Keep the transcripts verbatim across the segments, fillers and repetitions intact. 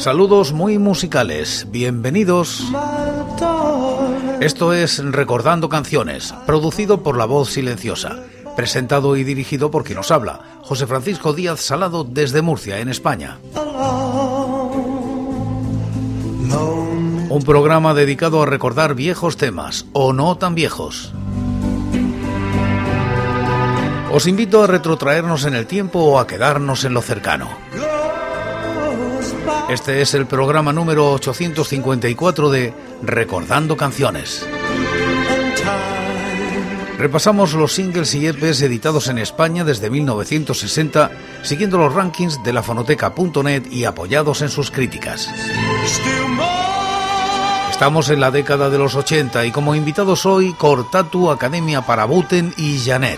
Saludos muy musicales, bienvenidos. Esto es Recordando Canciones, producido por La Voz Silenciosa, presentado y dirigido por quien nos habla, José Francisco Díaz Salado, desde Murcia, en España. Un programa dedicado a recordar viejos temas, o no tan viejos. Os invito a retrotraernos en el tiempo o a quedarnos en lo cercano. Este es el programa número ochocientos cincuenta y cuatro de Recordando Canciones. Repasamos los singles y E Pes editados en España desde mil novecientos sesenta, siguiendo los rankings de la fonoteca punto net y apoyados en sus críticas. Estamos en la década de los ochenta y como invitados hoy, Cortatu, Academia para Buten y Janet.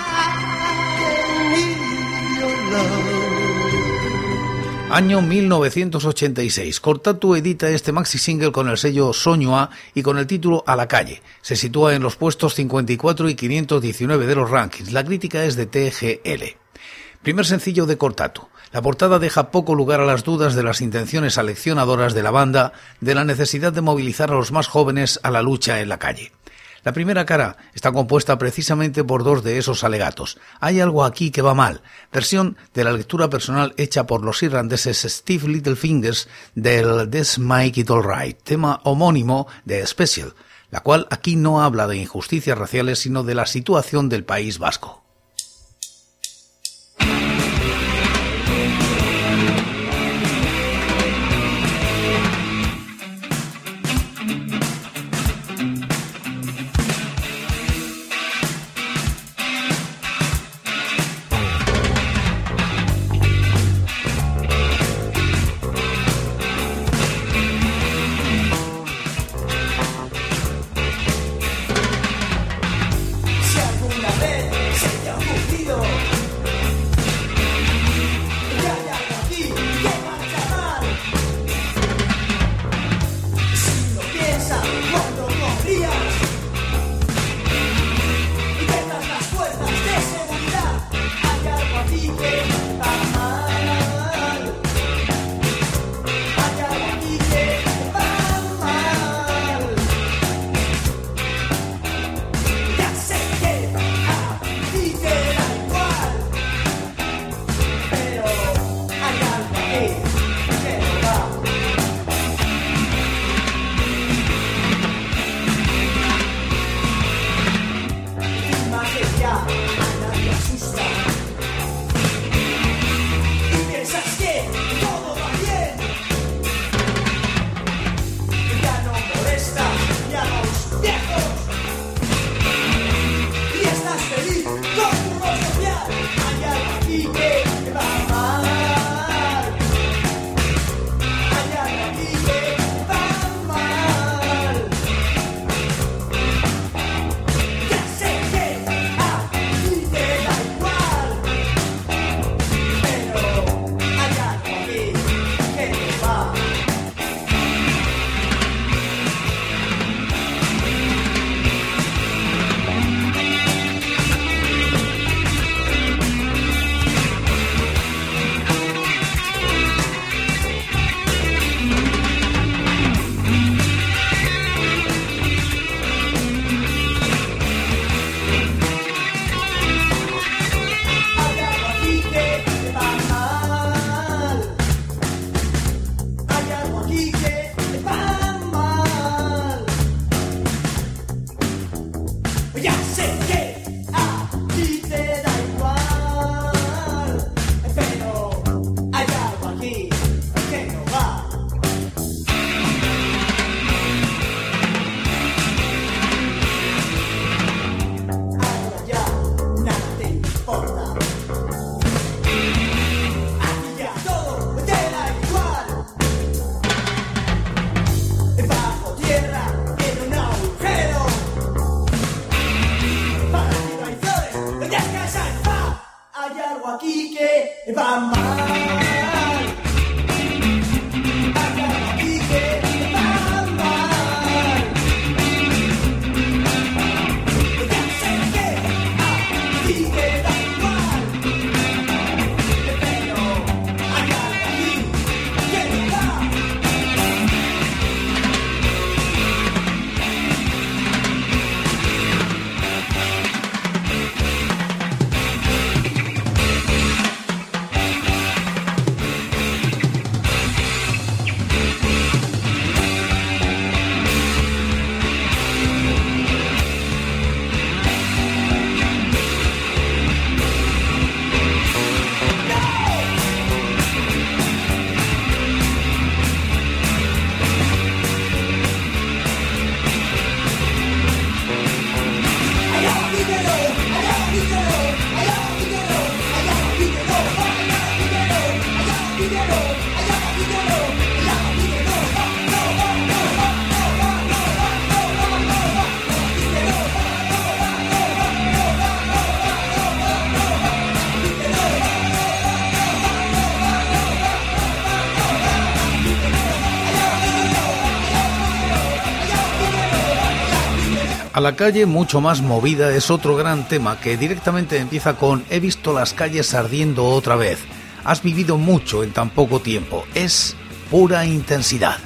Año mil novecientos ochenta y seis. Cortatu edita este maxi single con el sello Soñua y con el título A la calle. Se sitúa en los puestos cincuenta y cuatro y quinientos diecinueve de los rankings. La crítica es de T G L. Primer sencillo de Cortatu. La portada deja poco lugar a las dudas de las intenciones aleccionadoras de la banda, de la necesidad de movilizar a los más jóvenes a la lucha en la calle. La primera cara está compuesta precisamente por dos de esos alegatos. Hay algo aquí que va mal, versión de la lectura personal hecha por los irlandeses Steve Littlefingers del This Make It Alright, tema homónimo de Special, la cual aquí no habla de injusticias raciales sino de la situación del País Vasco. Pero hay algo aquí que no va. A la calle, mucho más movida, es otro gran tema que directamente empieza con he visto las calles ardiendo otra vez. Has vivido mucho en tan poco tiempo. Es pura intensidad.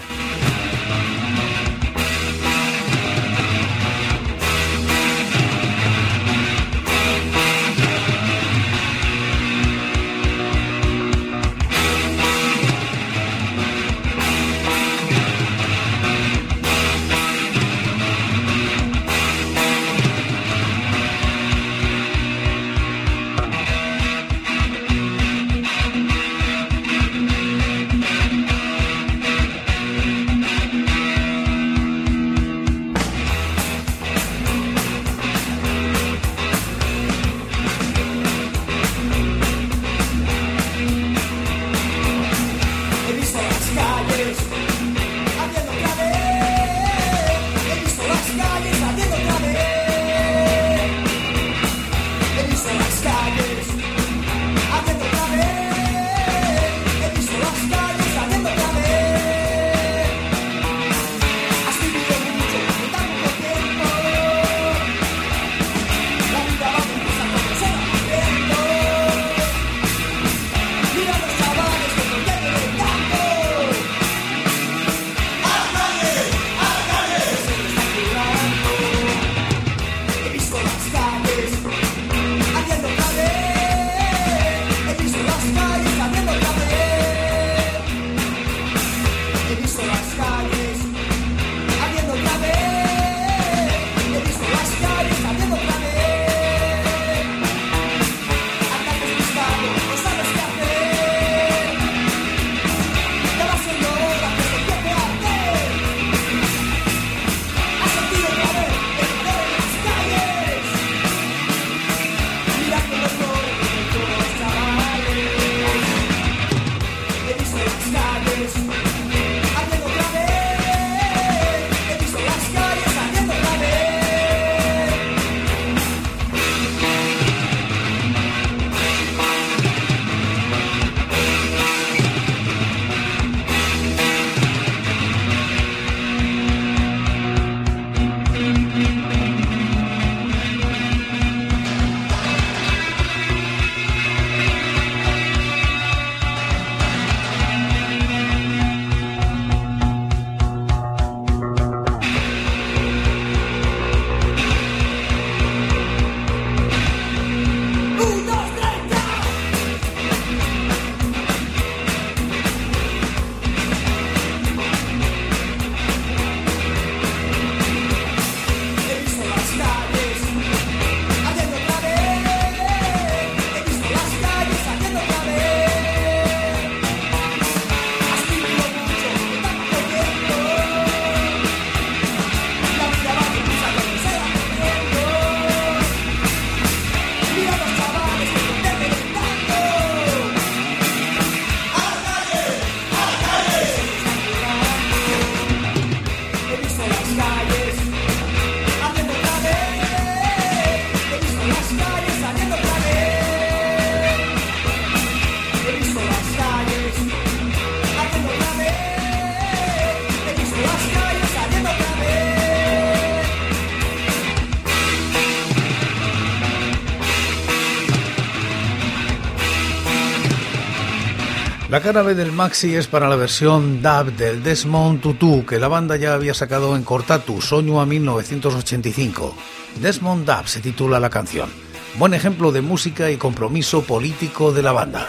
La cara B del maxi es para la versión dub del Desmond Tutu, que la banda ya había sacado en Cortatu, Soñua mil novecientos ochenta y cinco. Desmond Dub se titula la canción. Buen ejemplo de música y compromiso político de la banda.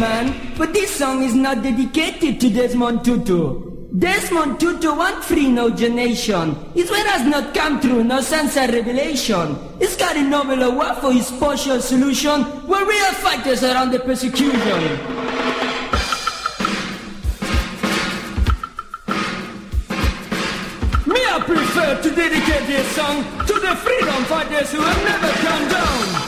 But this song is not dedicated to Desmond Tutu. Desmond Tutu want free no generation. His word has not come true, no sense of revelation. He's got a Nobel Award for his partial solution. We're real fighters around the persecution. I prefer to dedicate this song to the freedom fighters who have never come down.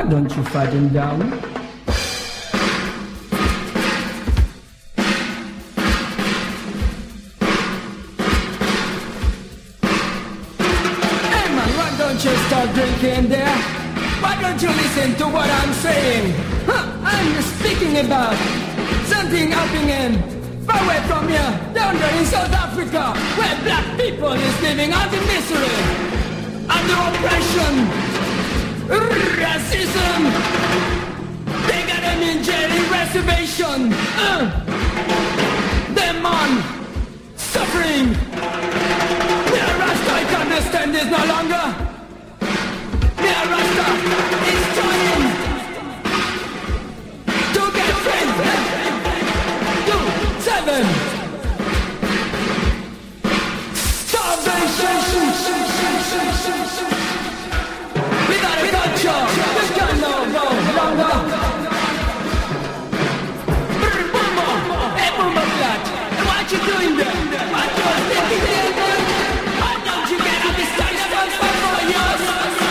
don't you fatten down? Hey man, why don't you start drinking there? Why don't you listen to what I'm saying? Huh, I'm speaking about something happening far away from here, down there in South Africa, where black people is living under misery, under oppression, racism. They got them in jail in reservation. Uh, them on suffering. The Rasta I can understand this no longer. The Rasta is trying to get free. Two, seven. Starvation. We got a culture. We cannot go longer. Boomer. Hey, Boomer Flat. What you doing there? What you thinking there? Why don't you get up and stand up and fight for yours?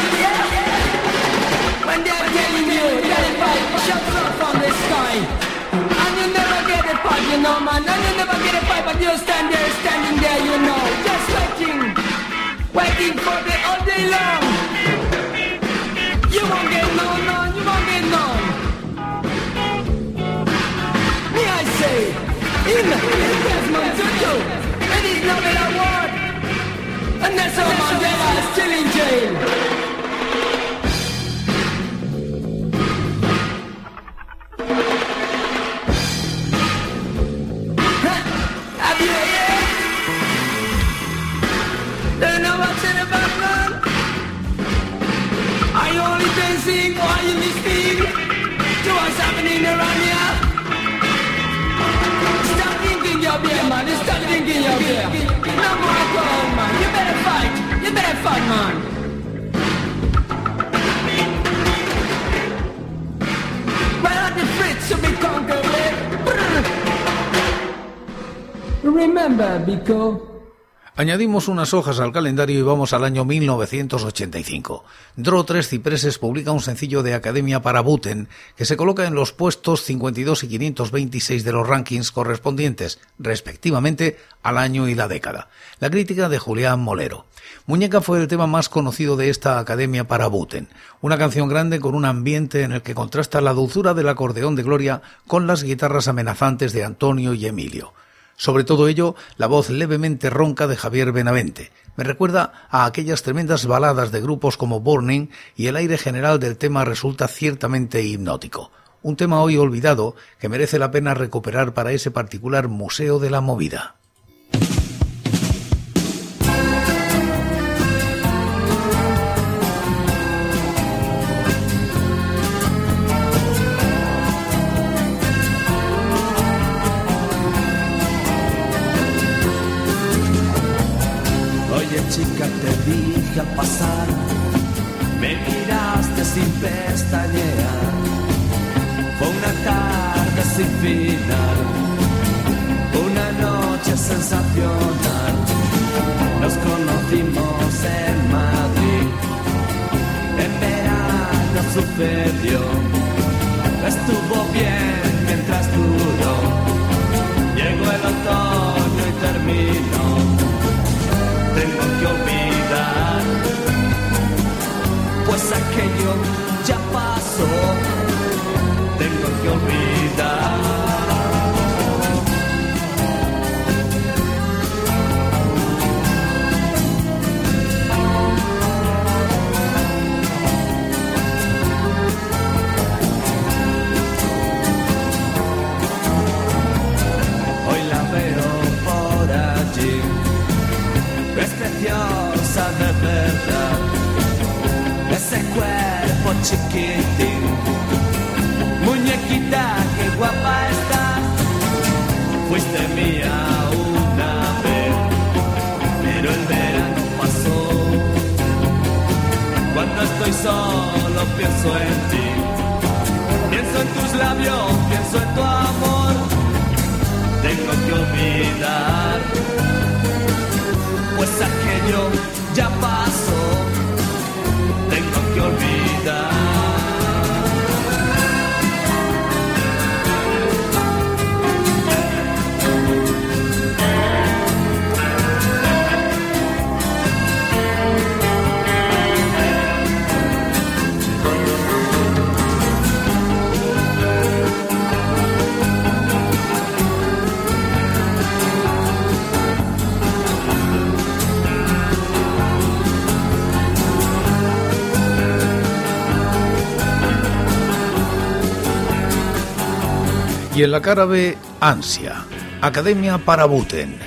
When they're telling you that it fight shots up from the sky, and you never get a fight, you know, man, and you never get a fight, but you stand there, standing there, you know, just waiting, waiting for the all day long. You won't get none, none, you won't get none. Me, I say, in Desmond Tutu, and his Nobel Award, and Nelson Mandela is still in jail. Or are you listening to what's happening around here? Stop thinking you're beer, man. Stop thinking you're beer. No more alcohol, man. You better fight. You better fight, man. Where are the Fritz to be conquered with? Remember, Biko. Añadimos unas hojas al calendario y vamos al año mil novecientos ochenta y cinco. Dro Tres Cipreses publica un sencillo de Academia para Buten que se coloca en los puestos cincuenta y dos y quinientos veintiséis de los rankings correspondientes, respectivamente, al año y la década. La crítica de Julián Molero. Muñeca fue el tema más conocido de esta Academia para Buten, una canción grande con un ambiente en el que contrasta la dulzura del acordeón de Gloria con las guitarras amenazantes de Antonio y Emilio. Sobre todo ello, la voz levemente ronca de Javier Benavente. Me recuerda a aquellas tremendas baladas de grupos como Burning y el aire general del tema resulta ciertamente hipnótico. Un tema hoy olvidado que merece la pena recuperar para ese particular museo de la movida. Chica, te dije al pasar, me miraste sin pestañear. Fue una tarde sin final, una noche sensacional. Nos conocimos en Madrid, en verano sucedió. Estuvo bien mientras duró, llegó el otoño y terminó. Tengo que olvidar, pues aquello ya pasó. Tengo que olvidar. Hoy la veo por allí, es preciosa de verdad, ese cuerpo chiquitín, muñequita, qué guapa estás. Fuiste mía una vez, pero el verano pasó. Cuando estoy solo pienso en ti, pienso en tus labios, pienso en tu amor. Tengo que olvidar, pues aquello ya pasó. Tengo que olvidar. Y en la cara B, Ansia, Academia para Buten.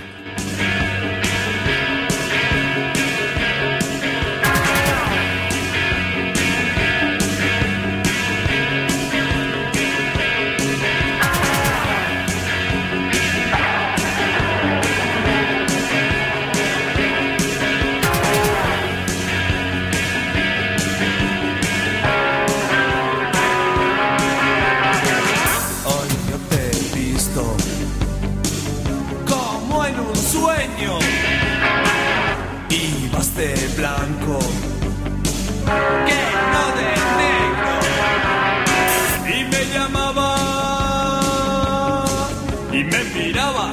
Blanco, que no de negro, y me llamaba y me miraba,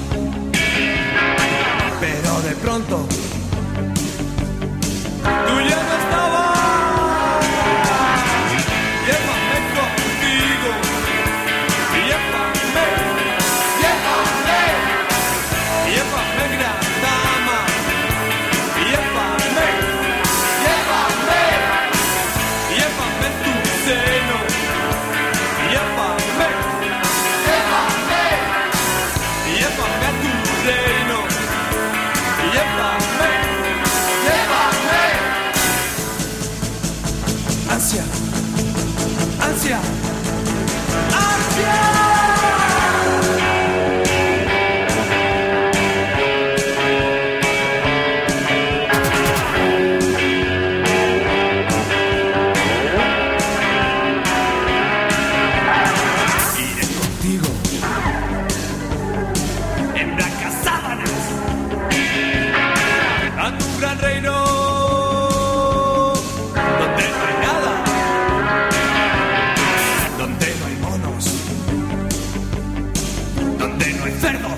pero de pronto tú ya no estabas. Llévame contigo, llévame, llévame, llévame gran dama. Llévame, llévame, llévame en tu seno. Llévame, llévame, llévame a tu reino. Llévame, llévame. Ansia, ansia, ansia. Reino donde no hay nada, donde no hay monos, donde no hay cerdos,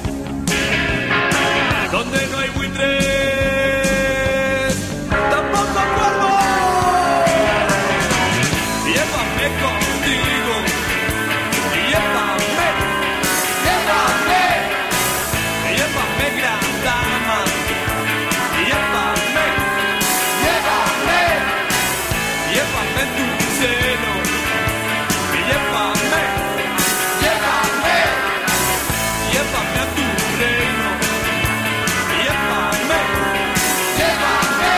donde no hay buitres, tampoco cuervos. Llévame contigo, llévame, llévame, llévame gran dama. Llévame, llévame, llévame en tu seno. Llévame, llévame, llévame a tu reino. Llévame, llévame.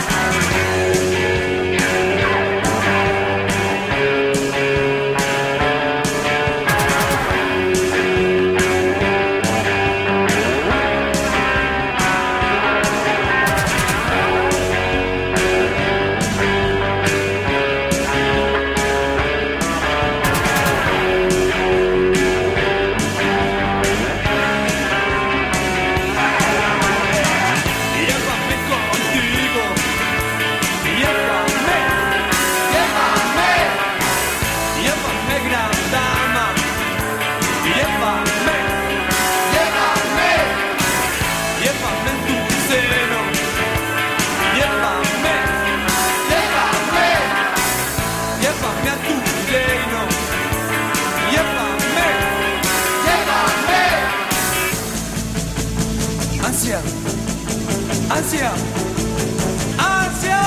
Ansia, ansia, ansia.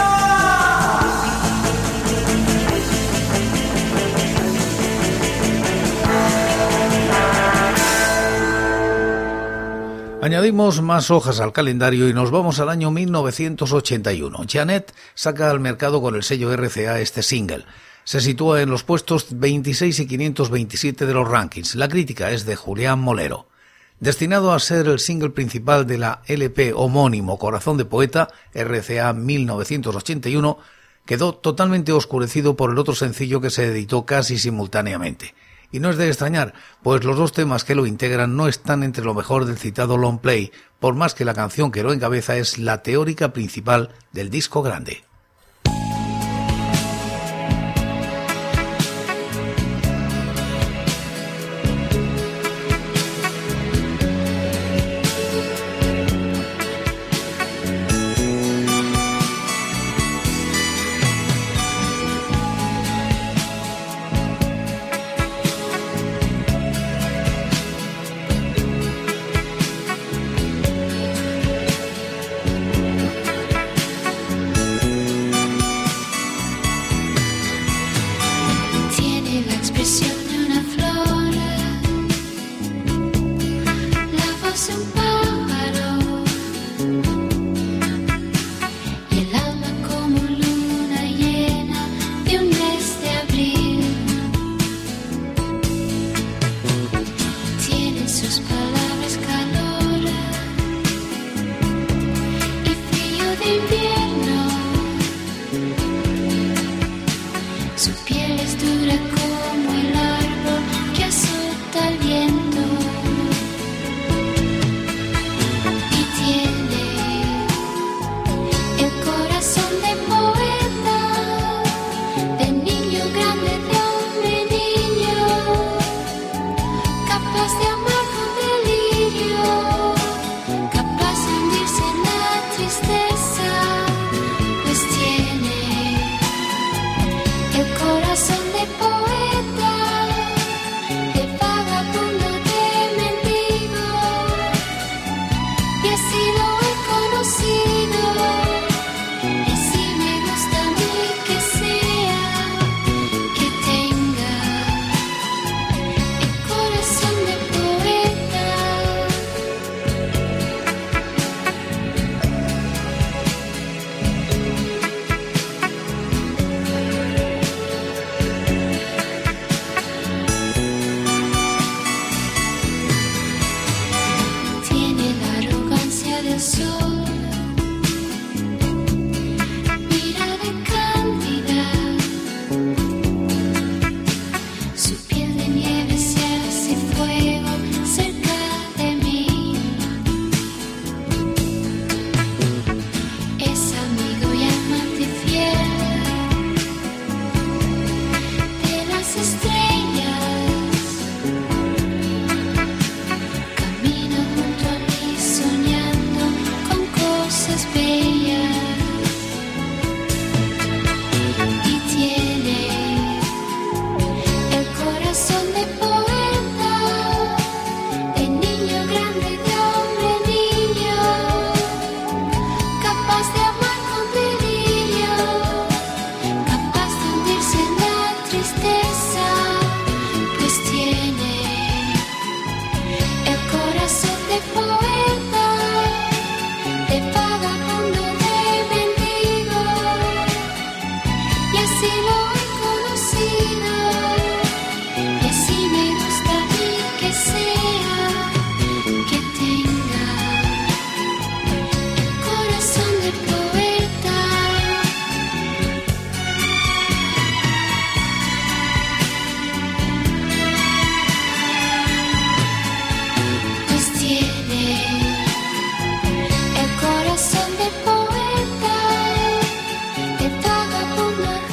Añadimos más hojas al calendario y nos vamos al año mil novecientos ochenta y uno. Jeanette saca al mercado con el sello R C A este single. Se sitúa en los puestos veintiséis y quinientos veintisiete de los rankings. La crítica es de Julián Molero. Destinado a ser el single principal de la L P homónimo Corazón de Poeta, R C A mil novecientos ochenta y uno, quedó totalmente oscurecido por el otro sencillo que se editó casi simultáneamente. Y no es de extrañar, pues los dos temas que lo integran no están entre lo mejor del citado long play, por más que la canción que lo encabeza es la teórica principal del disco grande.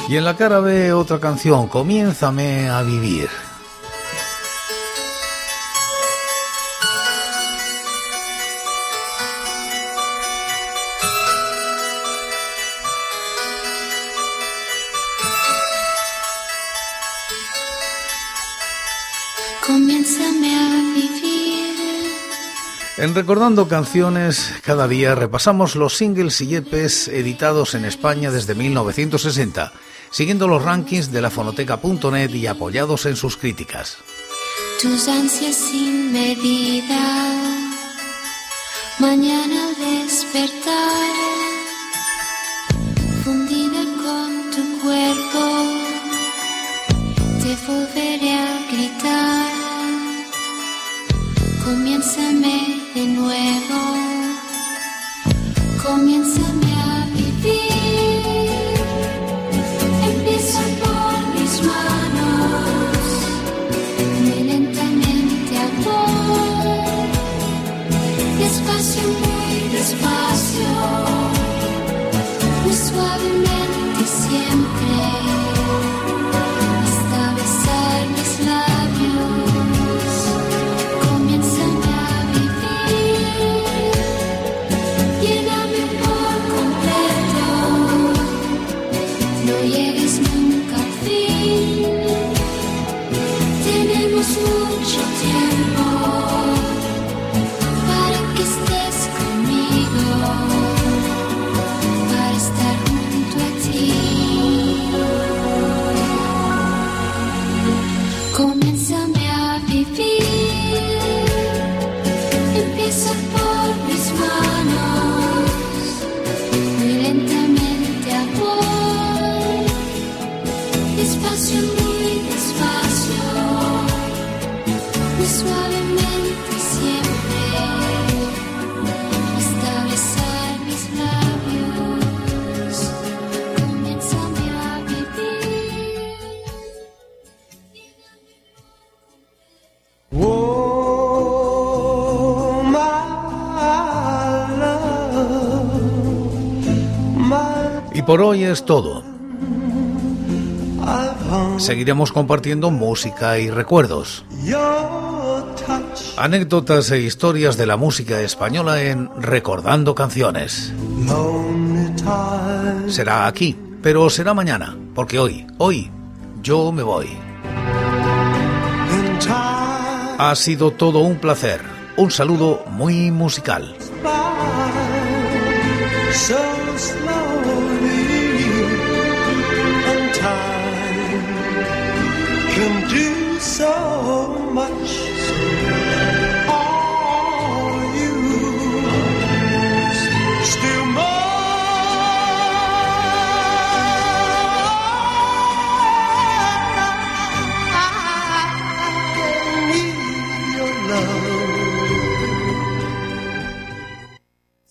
Y en la cara B otra canción, Comiénzame a vivir. Comiénzame a vivir. En Recordando Canciones, cada día repasamos los singles y E Pes editados en España desde mil novecientos sesenta, siguiendo los rankings de la fonoteca punto net y apoyados en sus críticas. Tus ansias sin medida, mañana al despertar, fundida con tu cuerpo, te volveré a gritar. Comiénzame de nuevo, comiénzame a vivir. Empieza por mis manos, muy lentamente amor, despacio, muy despacio, muy suavemente siempre, hasta besar mis labios. Mucho tiempo para que estés conmigo, para estar junto a ti. Comiénzame a vivir, empieza por mis manos, muy lentamente amor, despacio, muy despacio, suavemente siempre, hasta besar mis labios. Comiénzame a vivir. Oh, my love, my... Y por hoy es todo. Seguiremos compartiendo música y recuerdos, anécdotas e historias de la música española en Recordando Canciones. Será aquí, pero será mañana, porque hoy, hoy, yo me voy. Ha sido todo un placer, un saludo muy musical. Can do so much.